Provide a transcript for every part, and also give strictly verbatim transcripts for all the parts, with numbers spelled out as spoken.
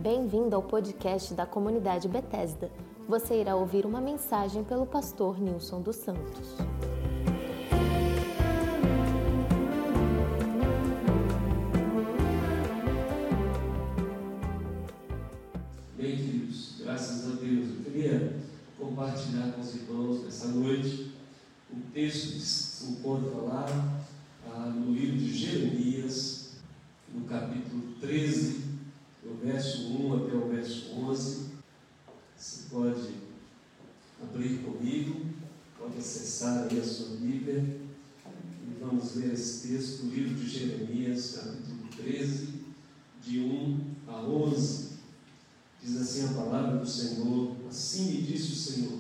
Bem-vindo ao podcast da Comunidade Bethesda. Você irá ouvir uma mensagem pelo pastor Nilson dos Santos. Bem, queridos, graças a Deus. Eu queria compartilhar com os irmãos nessa noite um texto que se encontra lá ah, no livro de Jeremias, no capítulo treze, do verso um até o verso onze. Você pode abrir comigo, pode acessar aí a sua Bíblia e vamos ler esse texto, o livro de Jeremias, capítulo treze, de um a onze. Diz assim a palavra do Senhor: assim me disse o Senhor,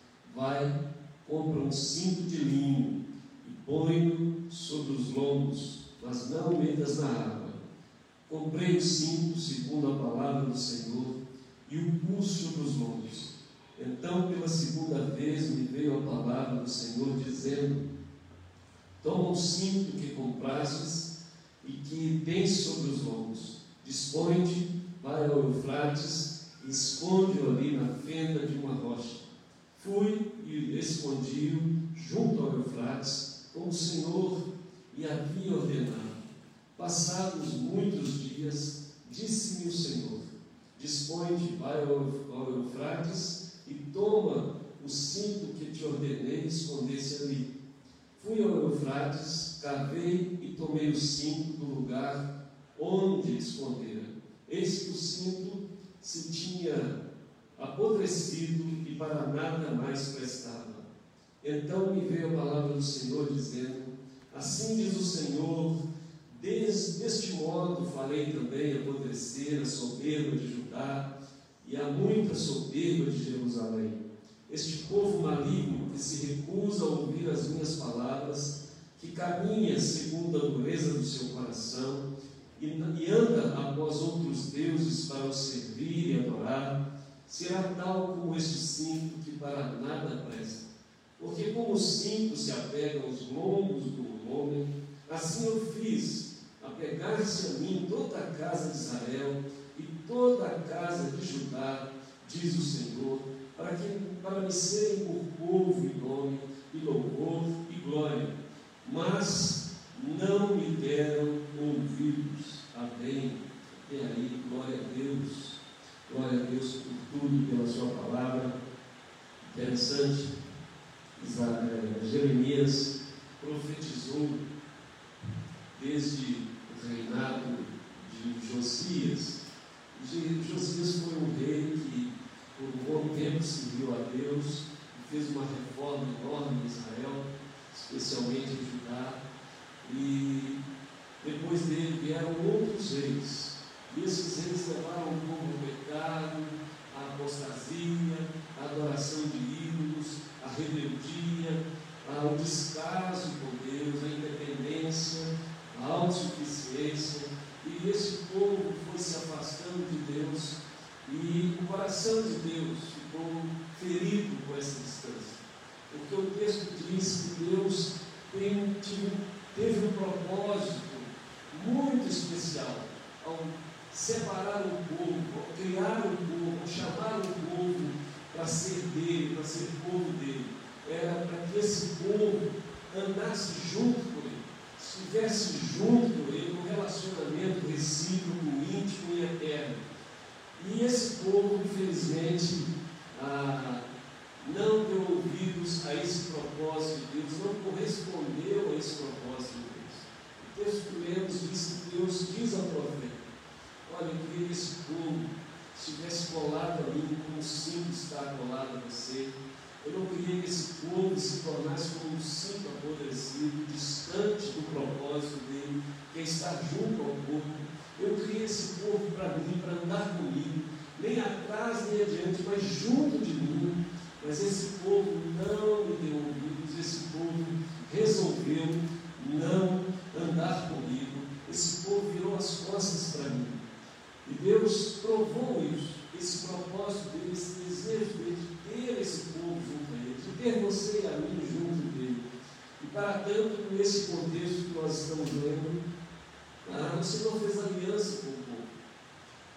vai, compra um cinto de linho e põe-o sobre os lombos, mas não o metas na água. Comprei o cinto, segundo a palavra do Senhor, e o pus sobre os lombos. Então, pela segunda vez, me veio a palavra do Senhor, dizendo: toma o cinto que comprastes e que tens sobre os lombos, dispõe-te, vai ao Eufrates e esconde-o ali na fenda de uma rocha. Fui e escondi-o junto ao Eufrates, como o Senhor me havia ordenado. Passados muitos dias, disse-me o Senhor: dispõe-te, vai ao Eufrates e toma o cinto que te ordenei esconder-se ali. Fui ao Eufrates, cavei e tomei o cinto do lugar onde escondera. Eis que o cinto se tinha apodrecido e para nada mais prestava. Então me veio a palavra do Senhor, dizendo: assim diz o Senhor, Des, deste modo farei também apodrecer a soberba de Judá e a muita soberba de Jerusalém. Este povo maligno que se recusa a ouvir as minhas palavras, que caminha segundo a dureza do seu coração e, e anda após outros deuses para os servir e adorar, será tal como este cinto que para nada presta. Porque como o cinto se apega aos lombos do homem, assim eu fiz apegar-se a mim toda a casa de Israel e toda a casa de Judá, diz o Senhor, para, que, para me serem por povo e nome, e louvor e glória. Mas não me deram ouvidos. Amém. E aí, glória a Deus. Glória a Deus por tudo, pela sua palavra. Interessante. Jeremias profetizou desde o reinado de Josias. Josias foi um rei que por um bom tempo serviu a Deus e fez uma reforma enorme em Israel, especialmente em Judá, e depois dele vieram outros reis, e esses reis levaram o povo ao pecado, à apostasia, à adoração de ídolos, à rebeldia, ao descaso com Deus, à independência, a autossuficiência, e esse povo foi se afastando de Deus, e o coração de Deus ficou ferido com essa distância, porque o texto diz que Deus tem, teve um propósito muito especial ao separar o povo, ao criar o povo, ao chamar o povo para ser dele, para ser povo dele. Era para que esse povo andasse junto com ele, estivesse junto com ele, um relacionamento recíproco, íntimo e eterno. E esse povo, infelizmente, ah, não deu ouvidos a esse propósito de Deus, não correspondeu a esse propósito de Deus. O texto que lemos diz que Deus diz ao profeta: olha, eu queria que esse povo estivesse colado a mim, como o cinto está colado a você. Eu não queria que esse povo se tornasse como um cinto apodrecido, distante do propósito dele, que é estar junto ao povo. Eu criei esse povo para mim, para andar comigo, nem atrás nem adiante, mas junto de mim. Mas esse povo não me deu ouvidos, esse povo resolveu não andar comigo. Esse povo virou as costas para mim. E Deus provou isso, esse propósito dele, esse desejo dele de ter esse povo junto a ele, de ter você e a mim junto dele. E para tanto, nesse contexto que nós estamos lendo, ah, você não fez aliança com o povo.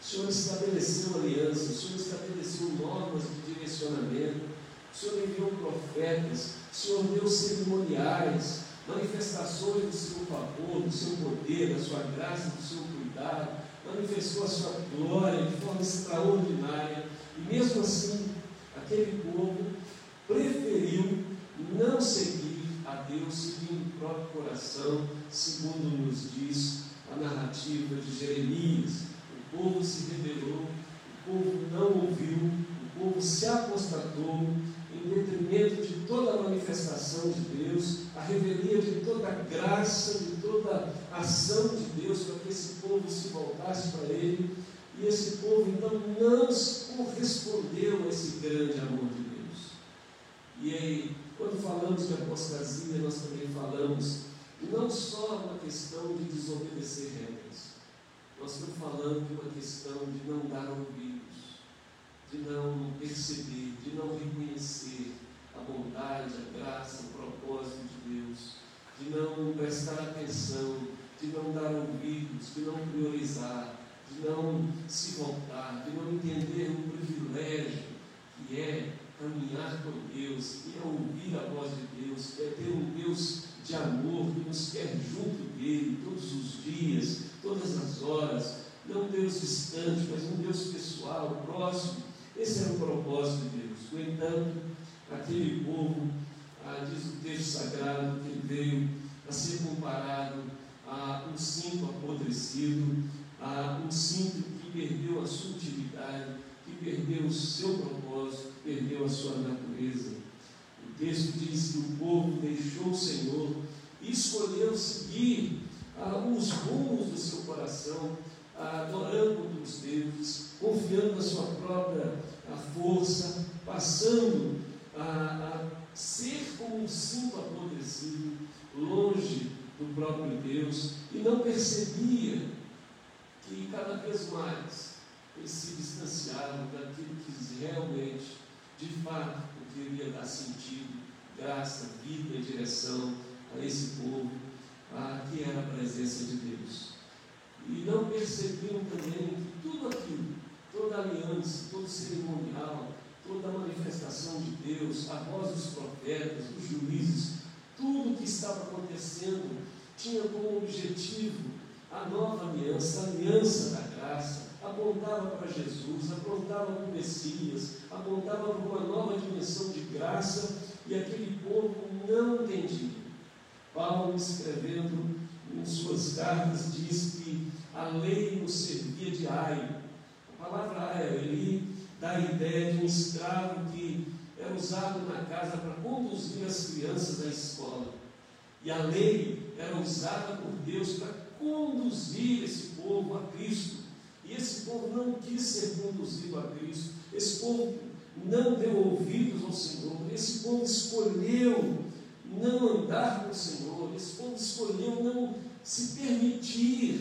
O Senhor estabeleceu aliança, o Senhor estabeleceu normas de direcionamento, o Senhor enviou profetas, o Senhor deu cerimoniais, manifestações do seu favor, do seu poder, da sua graça, do seu cuidado, manifestou a sua glória de forma extraordinária, e mesmo assim, aquele povo preferiu não seguir a Deus seguindo o próprio coração, segundo nos diz a narrativa de Jeremias. O povo se rebelou, o povo não ouviu, o povo se apostatou, em detrimento de toda a manifestação de Deus, a revelia de toda a graça, de toda a ação de Deus, para que esse povo se voltasse para Ele, e esse povo então não correspondeu a esse grande amor de Deus. E aí, quando falamos de apostasia, nós também falamos não só uma questão de desobedecer regras, nós estamos falando de uma questão de não dar ouvidos, de não perceber, de não reconhecer a bondade, a graça, o propósito de Deus, de não prestar atenção, de não dar ouvidos, de não priorizar, de não se voltar, de não entender o privilégio que é caminhar com Deus, que é ouvir a voz de Deus, que é ter um Deus de amor que nos quer junto dele todos os dias, todas as horas, não um Deus distante, mas um Deus pessoal, próximo. Esse era o propósito de Deus. No entanto, aquele povo, ah, diz o texto sagrado, que ele veio a ser comparado a um cinto apodrecido, a um cinto que perdeu a sua utilidade, que perdeu o seu propósito, que perdeu a sua natureza. O texto diz que o povo deixou o Senhor e escolheu seguir ah, os rumos do seu coração, ah, adorando outros deuses, confiando na sua própria ah, força, passando a, a ser como um cinto apodrecido, longe do próprio Deus, e não percebia que cada vez mais eles se distanciavam daquilo que realmente, de fato, poderia dar sentido, graça, vida e direção a esse povo, a, que era a presença de Deus. E não percebiam também que tudo aquilo, toda a aliança, todo o cerimonial, toda a manifestação de Deus, a voz dos profetas, dos juízes, tudo o que estava acontecendo tinha como objetivo a nova aliança, a aliança da graça, apontava para Jesus, apontava para o Messias, apontava para uma nova dimensão de graça, e aquele povo não entendia. Paulo, escrevendo em suas cartas, diz que a lei nos servia de aio. A palavra aio, ele dá a ideia de um escravo que era usado na casa para conduzir as crianças à escola. E a lei era usada por Deus para conduzir esse povo a Cristo. E esse povo não quis ser conduzido a Cristo. Esse povo não deu ouvidos ao Senhor. Esse povo escolheu não andar com o Senhor. Esse povo escolheu não se permitir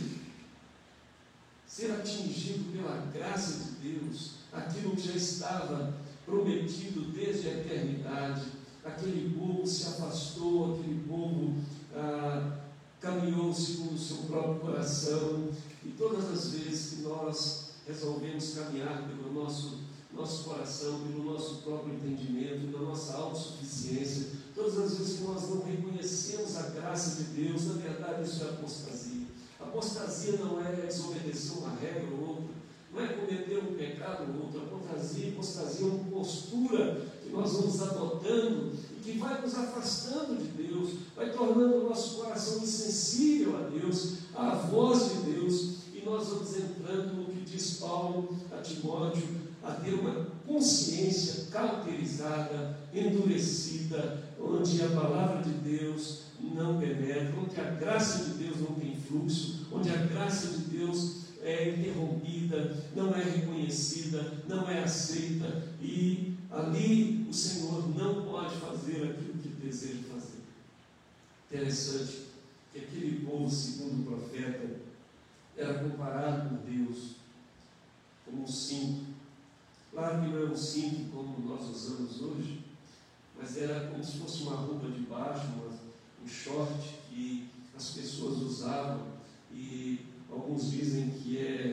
ser atingido pela graça de Deus, aquilo que já estava prometido desde a eternidade. Aquele povo se afastou, aquele povo ah, caminhou segundo o seu próprio coração, e todas as vezes que nós resolvemos caminhar pelo nosso, nosso coração, pelo nosso próprio entendimento, pela nossa autossuficiência, todas as vezes que nós não reconhecemos a graça de Deus, na verdade isso é apostasia. Apostasia não é desobedecer uma regra ou outra, não é cometer um pecado ou outro. Apostasia, apostasia é uma postura que nós vamos adotando e que vai nos afastando de Deus, vai tornando o nosso coração insensível a Deus, à voz de Deus, e nós vamos entrando no que diz Paulo a Timóteo, a ter uma consciência cauterizada, endurecida, onde a palavra de Deus não penetra, onde a graça de Deus não tem fluxo, onde a graça de Deus é interrompida, não é reconhecida, não é aceita, e ali o Senhor não pode fazer aquilo que deseja fazer. Interessante que aquele povo, segundo o profeta, era comparado com Deus como um cinto. Claro que não é um cinto como nós usamos hoje, mas era como se fosse uma roupa de baixo, uma, um short que as pessoas usavam, e alguns dizem que é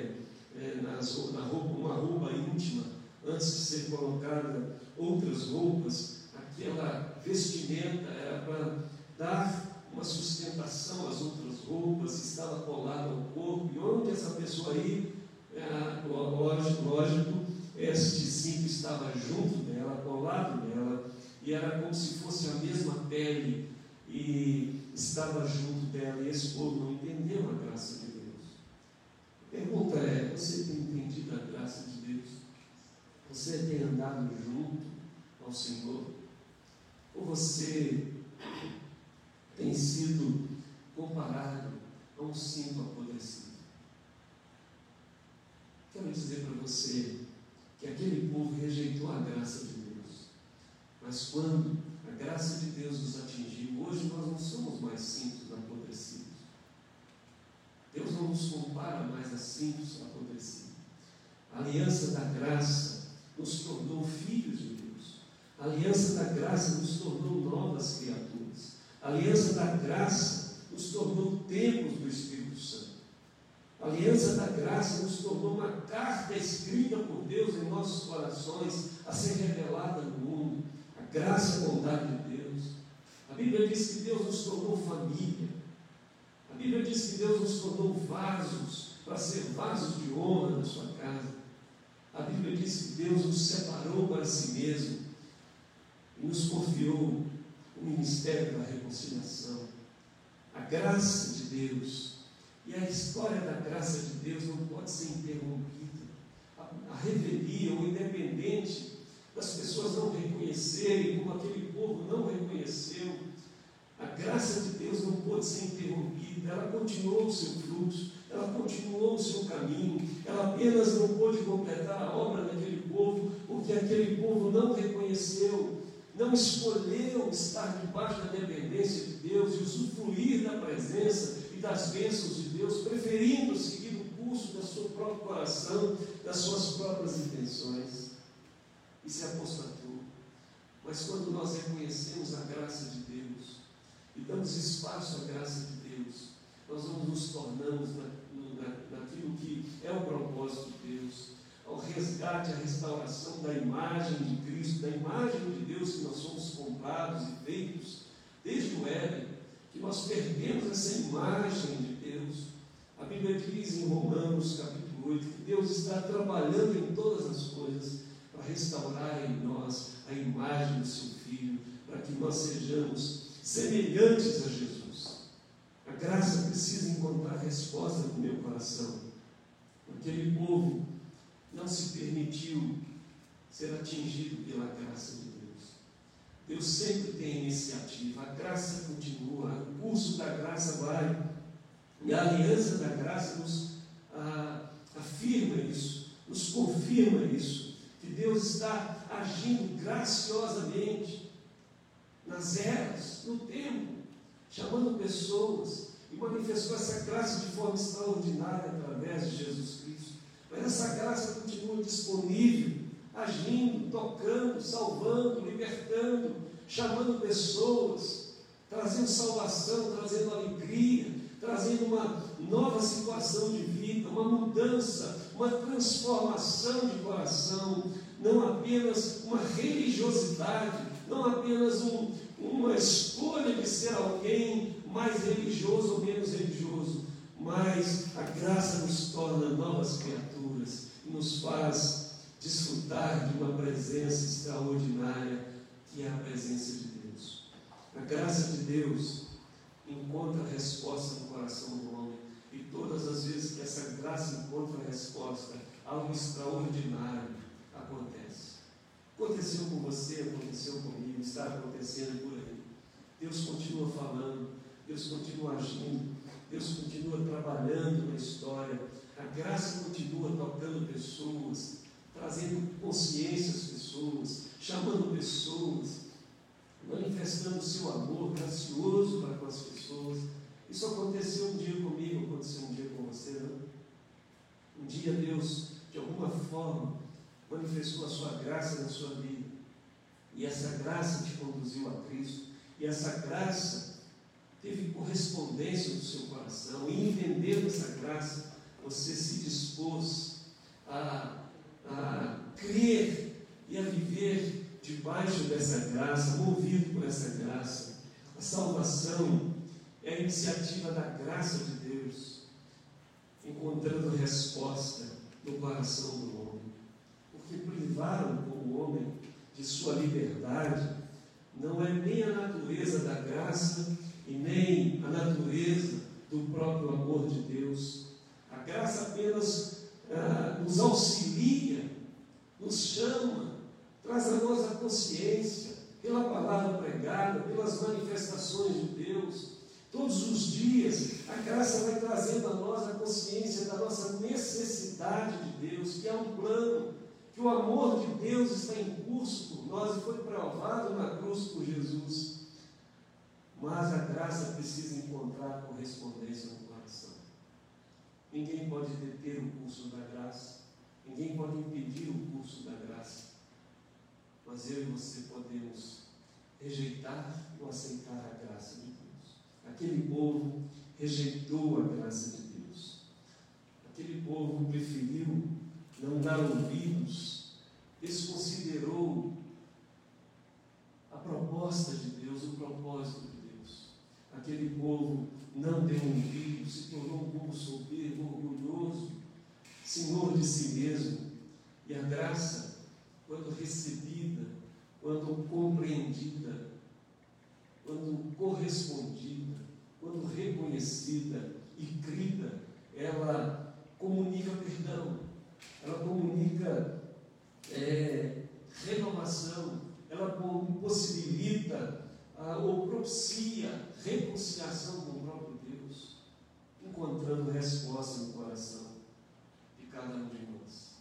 é, nas, na roupa, uma roupa íntima, antes de ser colocada outras roupas, aquela vestimenta era para dar uma sustentação às outras roupas, estava colada ao corpo, e onde essa pessoa aí, é, lógico, lógico, este cinto estava junto dela, colado nela, e era como se fosse a mesma pele, e estava junto dela, e esse povo não entendeu a graça de Deus. A pergunta é: você tem entendido a graça de Deus? Você tem andado junto ao Senhor? Ou você tem sido comparado a um cinto apodrecido? Quero dizer para você que aquele povo rejeitou a graça de Deus, mas quando a graça de Deus nos atingiu, hoje nós não somos mais cintos apodrecidos. Deus não nos compara mais a cintos apodrecidos. A aliança da graça nos tornou filhos de Deus. A aliança da graça nos tornou novas criaturas. A aliança da graça nos tornou templos do Espírito Santo. A aliança da graça nos tornou uma carta escrita por Deus em nossos corações, a ser revelada no mundo. A graça e a bondade de Deus. A Bíblia diz que Deus nos tornou família. A Bíblia diz que Deus nos tornou vasos, para ser vasos de honra na sua casa. A Bíblia diz que Deus nos separou para si mesmo e nos confiou o ministério da reconciliação. A graça de Deus. E a história da graça de Deus não pode ser interrompida. A, a revelia, o independente das pessoas não reconhecerem, como aquele povo não reconheceu, a graça de Deus não pode ser interrompida. Ela continuou o seu fluxo, ela continuou o seu caminho, ela apenas não pôde completar a obra daquele povo, porque aquele povo não reconheceu, não escolheu estar debaixo da dependência de Deus e usufruir da presença e das bênçãos de Deus, preferindo seguir o curso do seu próprio coração, das suas próprias intenções, e se apostatou. Mas quando nós reconhecemos a graça de Deus e damos espaço à graça de Deus, nós vamos nos tornamos na, na, naquilo que é o propósito de Deus, ao resgate, à restauração da imagem de Cristo, da imagem de Deus que nós somos comprados e feitos desde o Éden, que nós perdemos essa imagem de Deus. A Bíblia diz em Romanos capítulo oito que Deus está trabalhando em todas as coisas para restaurar em nós a imagem do seu Filho, para que nós sejamos semelhantes a Jesus. A graça precisa encontrar resposta no meu coração. Aquele povo não se permitiu ser atingido pela graça de Deus. Deus sempre tem iniciativa, a graça continua, o curso da graça vai, e a aliança da graça nos ah, afirma isso, nos confirma isso, que Deus está agindo graciosamente nas eras, no tempo, chamando pessoas, e manifestou essa graça de forma extraordinária através de Jesus Cristo. Mas essa graça continua disponível, agindo, tocando, salvando, libertando, chamando pessoas, trazendo salvação, trazendo alegria, trazendo uma nova situação de vida, uma mudança, uma transformação de coração, não apenas uma religiosidade, não apenas um, uma escolha de ser alguém mais religioso ou menos religioso, mas a graça nos torna novas criaturas e nos faz desfrutar de uma presença extraordinária, que é a presença de Deus. A graça de Deus encontra resposta no coração do homem, e todas as vezes que essa graça encontra resposta, algo extraordinário acontece. Aconteceu com você, aconteceu comigo, está acontecendo por aí. Deus continua falando, Deus continua agindo, Deus continua trabalhando na história, a graça continua tocando pessoas, trazendo consciência às pessoas, chamando pessoas, manifestando o seu amor gracioso para com as pessoas. Isso aconteceu um dia comigo, aconteceu um dia com você, não? Um dia Deus, de alguma forma, manifestou a sua graça na sua vida, e essa graça te conduziu a Cristo, e essa graça teve correspondência no seu coração, e entendendo essa graça, você se dispôs a, a crer e a viver debaixo dessa graça, movido por essa graça. A salvação é a iniciativa da graça de Deus, encontrando resposta no coração do homem. Porque privaram o homem de sua liberdade não é nem a natureza da graça e nem a natureza do próprio amor de Deus. A graça apenas ah, nos auxilia, nos chama, traz a nós a consciência, pela palavra pregada, pelas manifestações de Deus. Todos os dias, a graça vai trazendo a nós a consciência da nossa necessidade de Deus, que há um plano, que o amor de Deus está em curso por nós e foi provado na cruz por Jesus. Mas a graça precisa encontrar correspondência no coração. Ninguém pode deter o curso da graça, ninguém pode impedir o curso da graça. Mas eu e você podemos rejeitar ou aceitar a graça de Deus. Aquele povo rejeitou a graça de Deus. Aquele povo preferiu não dar ouvidos, desconsiderou a proposta de Deus, o propósito de Deus. Aquele povo não deu ouvidos, se tornou um povo soberbo, orgulhoso, senhor de si mesmo. E a graça, quando recebida, quando compreendida, quando correspondida, quando reconhecida e crida, ela comunica perdão, ela comunica é, renovação, ela possibilita ah, ou propicia reconciliação com o próprio Deus, encontrando resposta no coração de cada um de nós.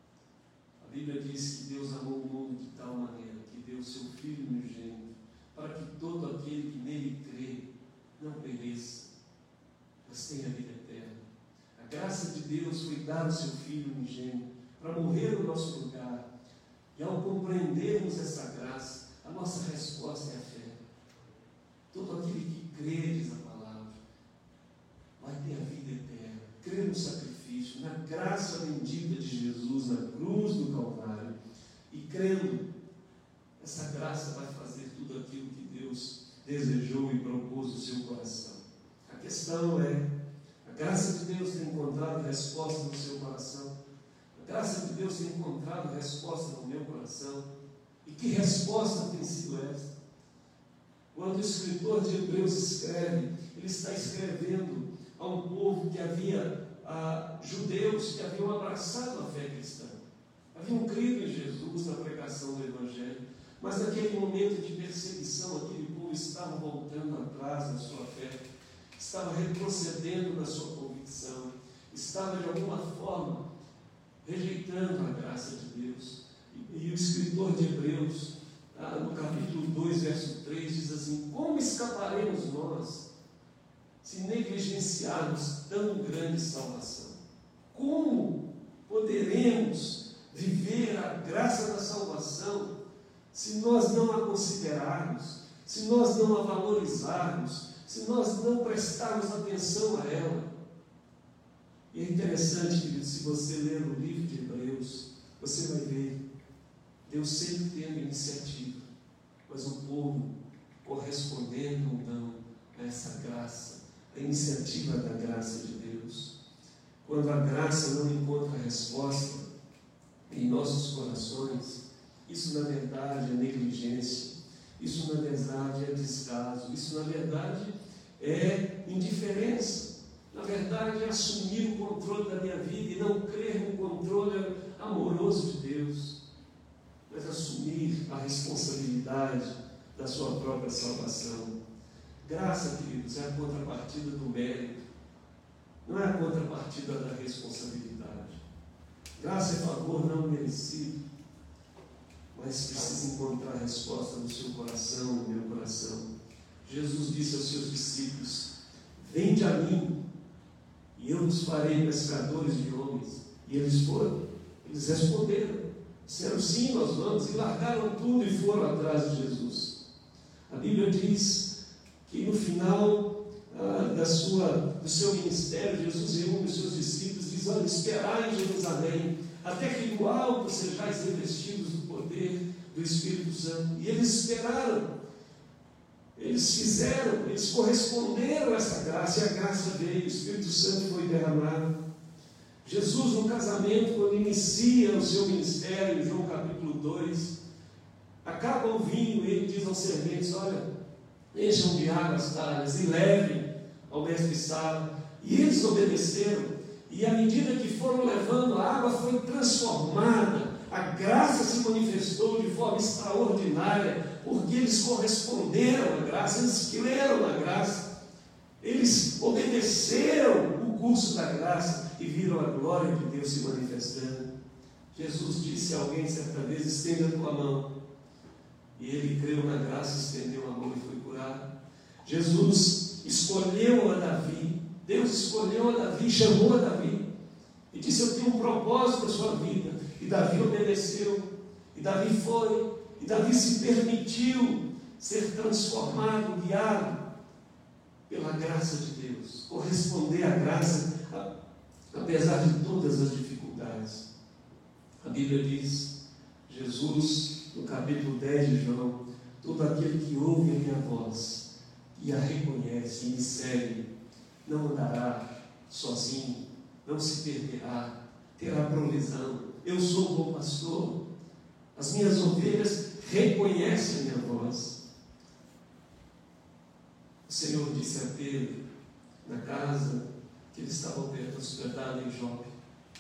A Bíblia diz que Deus amou o mundo de tal maneira que deu o seu Filho unigênito, para que todo aquele que nele crê não pereça, mas tenha vida eterna. A graça de Deus foi dar o seu Filho unigênito para morrer no nosso lugar. E ao compreendermos essa graça, a nossa resposta é a fé. Todo aquele que crê, diz a palavra, vai ter a vida eterna. Crê no sacrifício, na graça bendita de Jesus na cruz do Calvário. E crendo, essa graça vai fazer tudo aquilo que Deus desejou e propôs no seu coração. A questão é, a graça de Deus tem encontrado resposta no seu coração? A graça de Deus tem encontrado resposta no meu coração? E que resposta tem sido esta? Quando o escritor de Hebreus escreve, ele está escrevendo a um povo que havia, a judeus que haviam abraçado a fé cristã, haviam crido em Jesus na pregação do Evangelho, mas naquele momento de perseguição, aquele povo estava voltando atrás da sua fé, estava retrocedendo na sua convicção, estava de alguma forma rejeitando a graça de Deus. E, e o escritor de Hebreus, ah, no capítulo dois, verso três, diz assim: como escaparemos nós se negligenciarmos tão grande salvação? Como poderemos viver a graça da salvação se nós não a considerarmos, se nós não a valorizarmos, se nós não prestarmos atenção a ela? E é interessante, querido, se você ler o livro de Hebreus, você vai ver Deus sempre tendo iniciativa, mas o povo correspondendo ou não a essa graça, a iniciativa da graça de Deus. Quando a graça não encontra resposta em nossos corações, isso na verdade é negligência, isso na verdade é descaso, isso na verdade é indiferença. Na verdade, é assumir o controle da minha vida e não crer no controle amoroso de Deus, mas assumir a responsabilidade da sua própria salvação. Graça, queridos, é a contrapartida do mérito, não é a contrapartida da responsabilidade. Graça é favor não merecido, mas precisa encontrar resposta no seu coração, no meu coração. Jesus disse aos seus discípulos: vinde a mim, e eu vos farei pescadores de homens. E eles foram, eles responderam, disseram sim, nós vamos, e largaram tudo e foram atrás de Jesus. A Bíblia diz que no final ah, da sua, do seu ministério, Jesus reúne os seus discípulos e diz: olha, esperai em Jerusalém, até que do alto sejais revestidos do poder do Espírito Santo. E eles esperaram, eles fizeram, eles corresponderam a essa graça, e a graça veio, o Espírito Santo foi derramado. Jesus, no casamento, quando inicia o seu ministério, em João capítulo dois, acaba o vinho, ele diz aos serventes: olha, encham de água as talhas e levem ao mestre-sala. E eles obedeceram, e à medida que foram levando, a água foi transformada, a graça se manifestou de forma extraordinária, porque eles corresponderam à graça, eles creram na graça, eles obedeceram o curso da graça e viram a glória de Deus se manifestando. Jesus disse a alguém certa vez: estenda a tua mão. E ele creu na graça, estendeu a mão e foi curado. Jesus escolheu a Davi, Deus escolheu a Davi, chamou a Davi e disse: eu tenho um propósito na sua vida. E Davi obedeceu, e Davi foi, e Davi se permitiu ser transformado, guiado pela graça de Deus, corresponder à graça, apesar de todas as dificuldades. A Bíblia diz, Jesus, no capítulo dez de João: todo aquele que ouve a minha voz e a reconhece e me segue, não andará sozinho, não se perderá, terá provisão. Eu sou o bom pastor, as minhas ovelhas reconhecem a minha voz. O Senhor disse a Pedro, na casa que ele estava hospedado em Jope,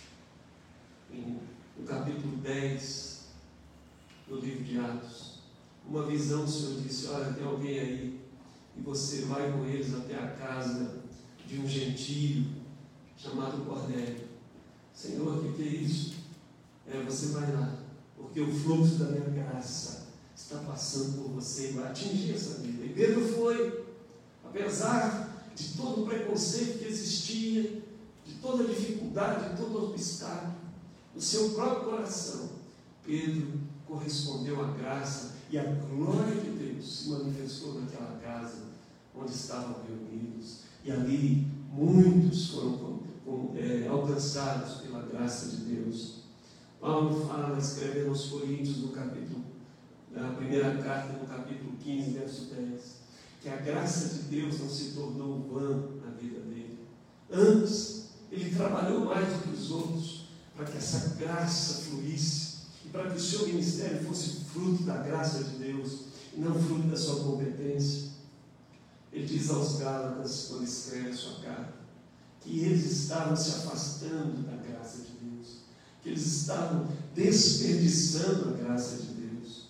no capítulo dez do livro de Atos, uma visão, o Senhor disse: olha, tem alguém aí, e você vai com eles até a casa de um gentio chamado Cornélio. Senhor, o que, que é isso? É, você vai lá, porque o fluxo da minha graça está passando por você e vai atingir essa vida. E Pedro foi, apesar de todo o preconceito que existia, de toda a dificuldade, de todo o obstáculo, no seu próprio coração, Pedro correspondeu à graça, e a glória de Deus se manifestou naquela casa onde estavam reunidos, e ali muitos foram com, com, é, alcançados pela graça de Deus. Paulo fala, escrevendo aos Coríntios, no capítulo, na primeira carta, no capítulo quinze, verso dez, que a graça de Deus não se tornou vã na vida dele. Antes, ele trabalhou mais do que os outros para que essa graça fluísse e para que o seu ministério fosse fruto da graça de Deus e não fruto da sua competência. Ele diz aos Gálatas, quando escreve a sua carta, que eles estavam se afastando da graça de Deus, que eles estavam desperdiçando a graça de Deus.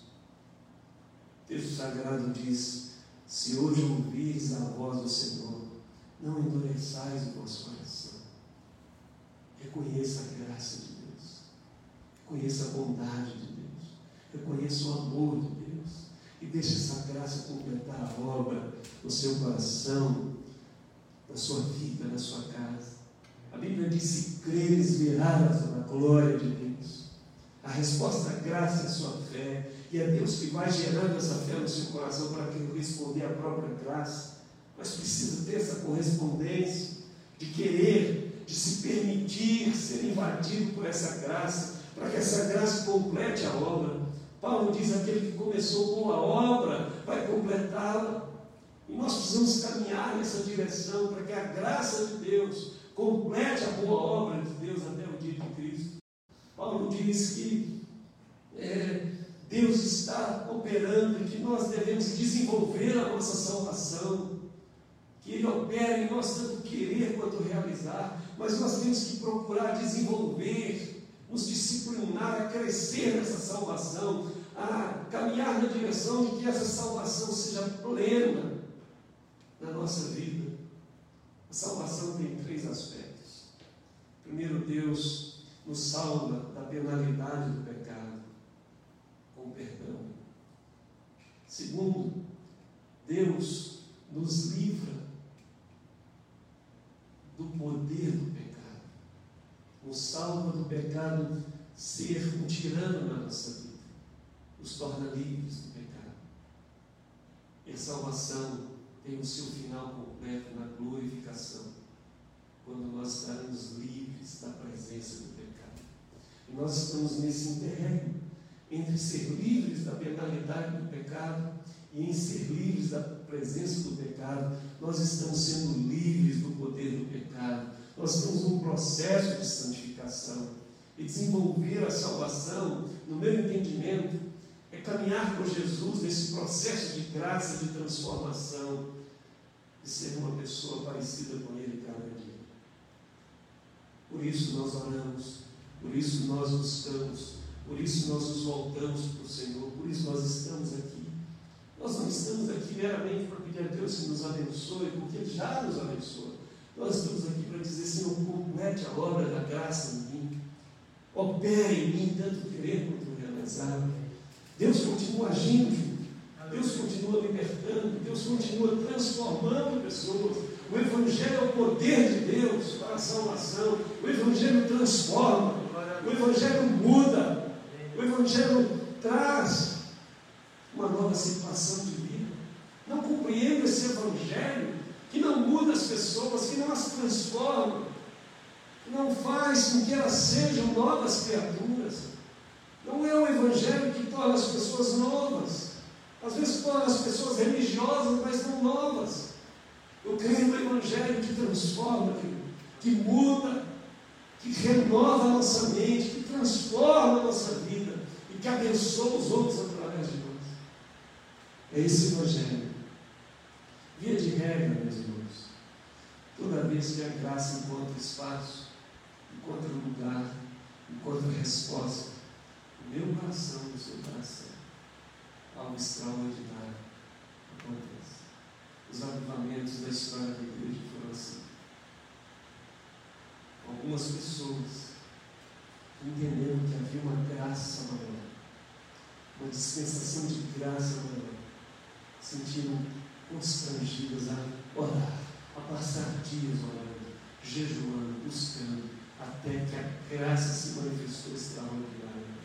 O texto sagrado diz: se hoje ouvires a voz do Senhor, não endureçais o vosso coração. Reconheça a graça de Deus, reconheça a bondade de Deus, reconheça o amor de Deus, e deixe essa graça completar a obra no seu coração, na sua vida, na sua casa. A Bíblia diz: se creres, verás a glória de Deus. A resposta à graça é a sua fé, e é Deus que vai gerando essa fé no seu coração para corresponder à própria graça. Mas precisa ter essa correspondência, de querer, de se permitir ser invadido por essa graça, para que essa graça complete a obra. Paulo diz: aquele que começou boa obra vai completá-la. E nós precisamos caminhar nessa direção para que a graça de Deus complete a boa obra de Deus até o dia de Cristo. Paulo diz que é, Deus está operando e que nós devemos desenvolver a nossa salvação, que Ele opera em nós tanto querer quanto realizar, mas nós temos que procurar desenvolver, nos disciplinar a crescer nessa salvação, a caminhar na direção de que essa salvação seja plena na nossa vida. A salvação tem três aspectos. Primeiro, Deus nos salva da penalidade do pecado, com perdão. Segundo, Deus nos livra do poder do pecado, nos salva do pecado ser um tirano na nossa vida, nos torna livres do pecado. E a salvação tem o seu final completo na glorificação, quando nós estaremos livres da presença do pecado. E nós estamos nesse interregno entre ser livres da penalidade do pecado e em ser livres da presença do pecado. Nós estamos sendo livres do poder do pecado. Nós estamos num processo de santificação. E desenvolver a salvação, no meu entendimento, é caminhar com Jesus nesse processo de graça, de transformação, de ser uma pessoa parecida com Ele cada dia. Por isso nós oramos, por isso nós buscamos, por isso nós nos voltamos para o Senhor, por isso nós estamos aqui. Nós não estamos aqui meramente para pedir a Deus que nos abençoe, porque Ele já nos abençoa. Nós estamos aqui para dizer: Senhor, complete a obra da graça em mim. Opere em mim, tanto querer quanto realizar. Deus continua agindo, Deus continua libertando, Deus continua transformando pessoas. O Evangelho é o poder de Deus para a salvação. O Evangelho transforma, o Evangelho muda, o Evangelho traz uma nova situação de vida. Não compreendo esse Evangelho que não muda as pessoas, que não as transforma, que não faz com que elas sejam novas criaturas. Não é o Evangelho que torna as pessoas novas. Às vezes torna as pessoas religiosas, mas não novas. Eu creio no Evangelho que transforma, que, que muda, que renova a nossa mente, que transforma a nossa vida e que abençoa os outros através de nós. É esse Evangelho. Via de regra, meus irmãos, toda vez que a graça encontra espaço, encontra lugar, encontra resposta, o meu coração e o seu coração, algo extraordinário acontece. Os avivamentos da história da igreja foram assim. Algumas pessoas entenderam que havia uma graça maior, uma dispensação de graça maior, sentiram constrangidas a orar, a passar dias orando, jejuando, buscando, até que a graça se manifestou extraordinária.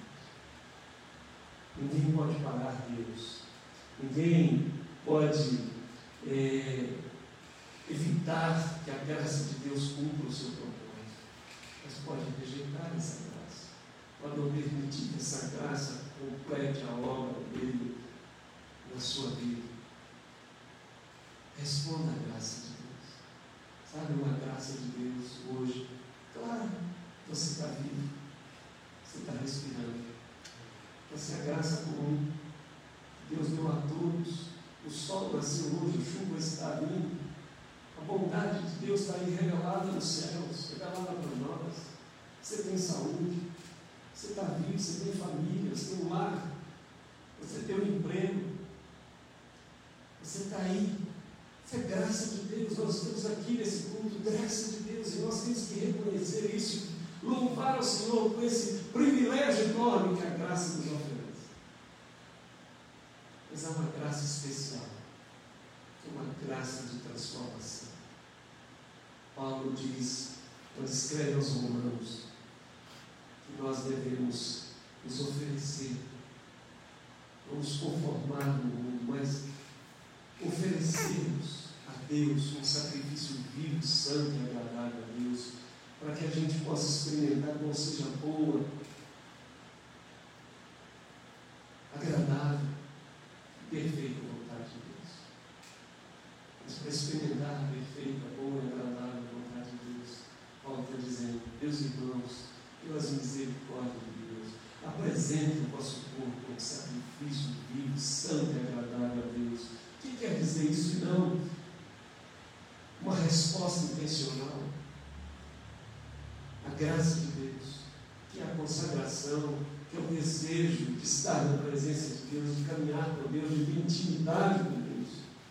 Ninguém pode parar Deus, ninguém pode é, evitar que a graça de Deus cumpra o seu propósito, mas pode rejeitar essa graça, pode não permitir que essa graça complete a obra dele na sua vida. Responda à graça de Deus. Sabe, uma graça de Deus hoje, claro, você está vivo, você está respirando. Essa é a graça comum que Deus deu a todos. O sol nasceu hoje, a chuva está vindo. A bondade de Deus está aí revelada nos céus, revelada para nós. Você tem saúde, você está vivo, você tem família, você tem um lar, você tem um emprego, você está aí. Isso é graça de Deus. Nós estamos aqui nesse culto, graça de Deus, e nós temos que reconhecer isso. Louvar ao Senhor por esse privilégio enorme que a graça nos oferece. Mas há uma graça especial, que é uma graça de transformação. Paulo diz, quando escreve aos Romanos, que nós devemos nos oferecer, não nos conformar no mundo, mas oferecermos a Deus um sacrifício vivo, santo e agradável a Deus, para que a gente possa experimentar qual seja boa, agradável e perfeita vontade de Deus. Mas para experimentar a perfeita, boa e agradável vontade de Deus, Paulo está dizendo: meus irmãos, pelas misericórdias de Deus, apresentem o vosso corpo como sacrifício vivo, santo e agradável a Deus. O que quer dizer isso? Não uma resposta intencional. A graça de Deus, que é a consagração, que é o desejo de estar na presença de Deus, de caminhar com Deus, de ter intimidade com Deus.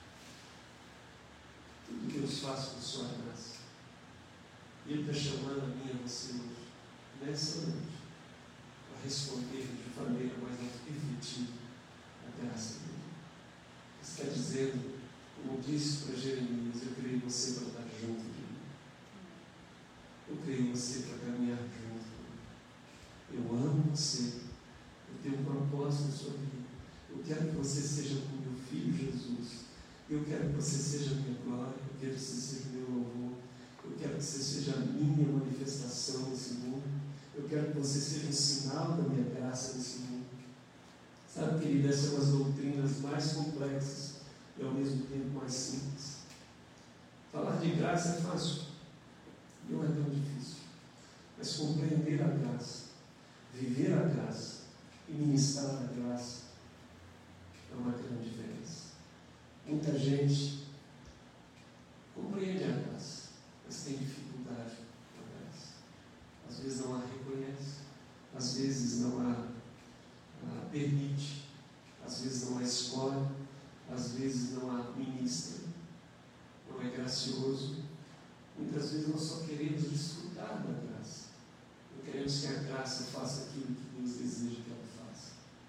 Tudo que Deus faz com sua graça. E Ele está chamando a mim e a você hoje, nessa noite, para responder de maneira mais efetiva a graça dele. Está dizendo, como disse para Jeremias: eu criei você para estar junto de mim. Eu criei você para caminhar junto. Eu amo você. Eu tenho um propósito na sua vida. Eu quero que você seja como meu filho Jesus. Eu quero que você seja a minha glória. Eu quero que você seja o meu louvor. Eu quero que você seja a minha manifestação nesse mundo. Eu quero que você seja um sinal da minha graça nesse mundo. Sabe, querida, essas são as doutrinas mais complexas e ao mesmo tempo mais simples. Falar de graça é fácil, não é tão difícil. Mas compreender a graça, viver a graça e ministrar a graça é uma grande diferença. Muita gente compreende a graça, mas tem dificuldade com a graça. Às vezes não a reconhece, às vezes não a, a permite, às vezes não a escolhe, às vezes não a ministra, não é gracioso. Muitas vezes nós só queremos desfrutar da graça. Não queremos que a graça faça aquilo que Deus deseja que ela faça.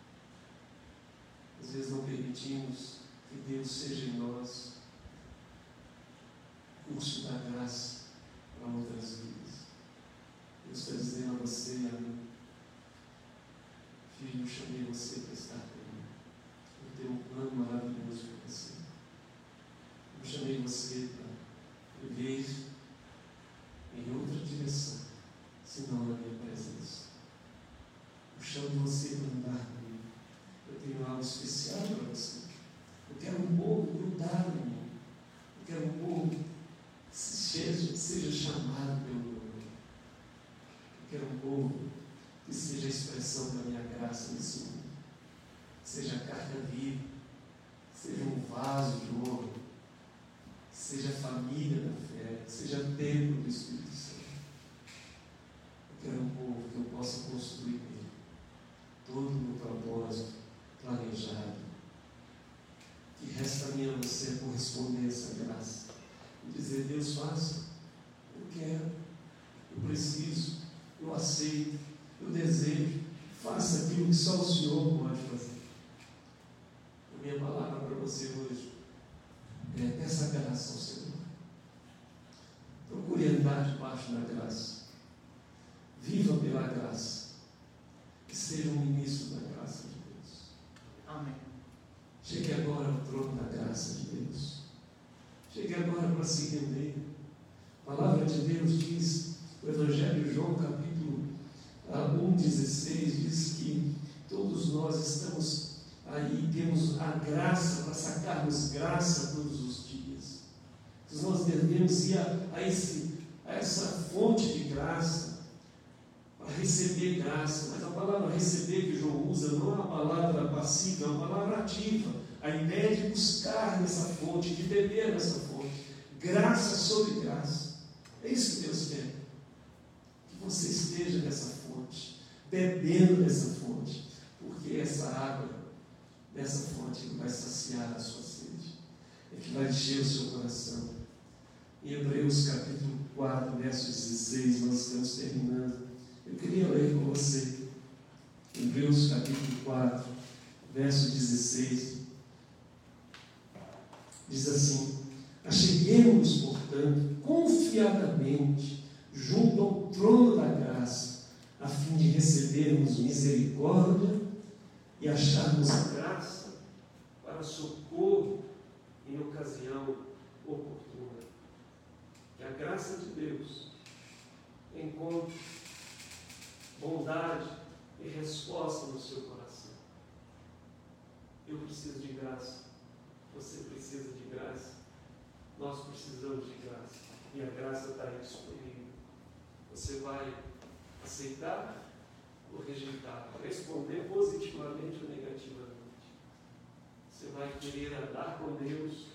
Às vezes não permitimos que Deus seja em nós o curso da graça para outras vidas. Deus está dizendo a você e a mim: filho, eu chamei você para estar comigo. Eu tenho um plano maravilhoso para você. Eu chamei você para viver em outra direção, senão na minha presença. Eu chamo você para andar comigo. Eu tenho algo especial para você. Eu quero um povo grudado em mim. Eu quero um povo que seja, seja chamado pelo meu nome. Eu quero um povo que seja a expressão da minha graça nesse mundo. Seja carga viva, seja um vaso de ouro, seja família da fé, seja templo do Espírito Santo. Eu quero um povo que eu possa construir nele todo o meu propósito planejado. Que resta a mim a você corresponder a essa graça e dizer: Deus, faça, eu quero, eu preciso, eu aceito, eu desejo, faça aquilo que só o Senhor pode fazer. A minha palavra para você hoje é: peça graça ao Senhor. Procure andar debaixo da graça. Viva pela graça. E seja um ministro da graça de Deus. Amém. Chegue agora ao trono da graça de Deus. Chegue agora para se render. A palavra de Deus diz, o Evangelho de João, capítulo um, dezesseis, diz que todos nós estamos aí, temos a graça para sacarmos graça todos os dias. Nós devemos ir a, a, esse, a essa fonte de graça para receber graça. Mas a palavra receber que João usa não é uma palavra passiva, é uma palavra ativa. A ideia de buscar nessa fonte, de beber nessa fonte. Graça sobre graça. É isso que Deus quer. Que você esteja nessa fonte, bebendo nessa fonte, porque essa água dessa fonte vai saciar a sua sede, é que vai encher o seu coração. Em Hebreus capítulo quatro, verso dezesseis, nós estamos terminando. Eu queria ler com você. Hebreus capítulo quatro, verso dezesseis. Diz assim: acheguemos-nos, portanto, confiadamente junto ao trono da graça, a fim de recebermos misericórdia e acharmos graça para socorro em ocasião oportuna. Que a graça de Deus encontre bondade e resposta no seu coração. Eu preciso de graça. Você precisa de graça. Nós precisamos de graça. E a graça está aí disponível. Você vai aceitar ou rejeitar? Responder positivamente ou negativamente? Você vai querer andar com Deus,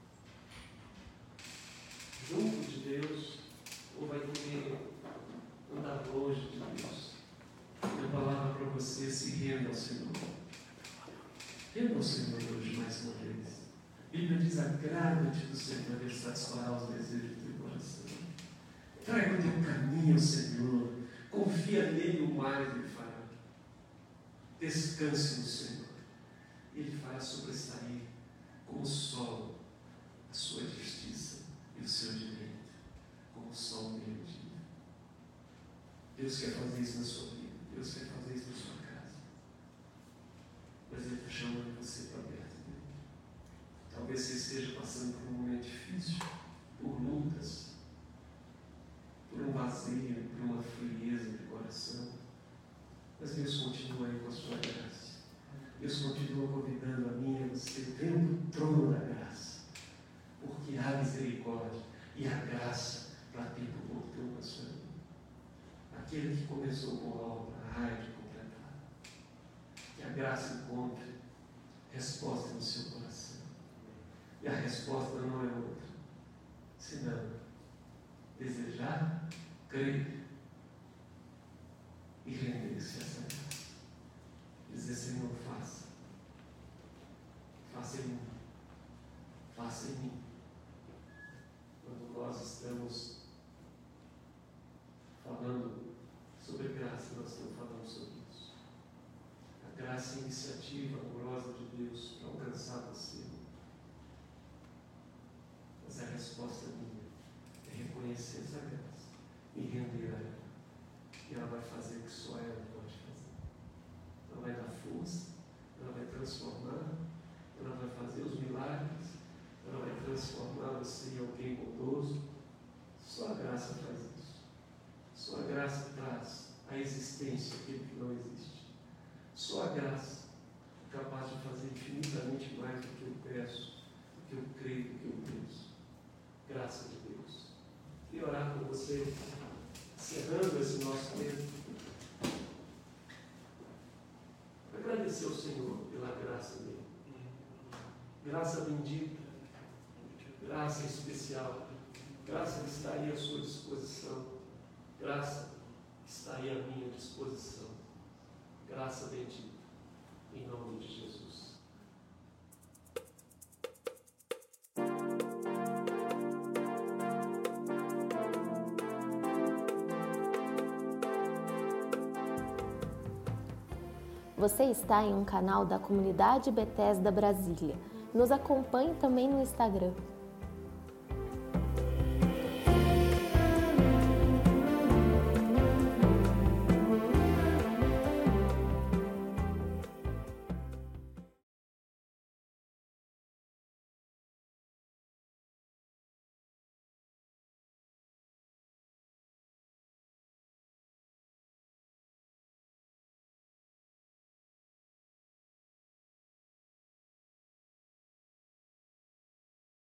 junto de Deus, ou vai querer andar longe de Deus? Minha palavra para você: se renda ao Senhor. Renda ao Senhor hoje mais uma vez. A Bíblia diz: agrada-te do Senhor, Ele satisfará os desejos do teu coração. Traga o teu caminho ao Senhor. Confia nele, o mais Ele fará. Descanse no Senhor. Ele fará sobressair como o sol a sua justiça e o seu direito, como o sol do meio-dia. Deus quer fazer isso na sua vida. Deus quer fazer isso na sua casa. Mas Ele está chamando você para perto dele. Talvez você esteja passando por um momento difícil, por lutas, por um vazio, por uma frieza de coração. Mas Deus continua aí com a sua graça. Deus continua convidando a mim e a você, venha para o trono da graça, porque há misericórdia e há graça para tempo oportuno na sua vida. Aquele que começou com a obra, há de completar. Que a graça encontre resposta no seu coração. E a resposta não é outra, senão desejar, crer e render-se a essa graça. Dizer, Senhor, faça. Faça em mim. Faça em mim. Quando nós estamos falando sobre graça, nós estamos falando sobre isso. A graça e a iniciativa amorosa de Deus para alcançar você. Mas a resposta minha é reconhecer essa graça e render a ela. E ela vai fazer o que só ela pode fazer. Ela vai dar força, ela vai transformar, ela vai fazer os milagres, ela vai transformar você em alguém bondoso. Só a graça faz isso. Só a graça traz a existência aquilo que não existe. Só a graça é capaz de fazer infinitamente mais do que eu peço, do que eu creio, do que eu penso. Graça de Deus. E orar com você, encerrando esse nosso tempo. Agradecer ao Senhor pela graça dele. Graça bendita, graça especial, graça que está aí à sua disposição, graça que está aí à minha disposição, graça bendita, em nome de Jesus. Você está em um canal da Comunidade Bethesda Brasília. Nos acompanhe também no Instagram.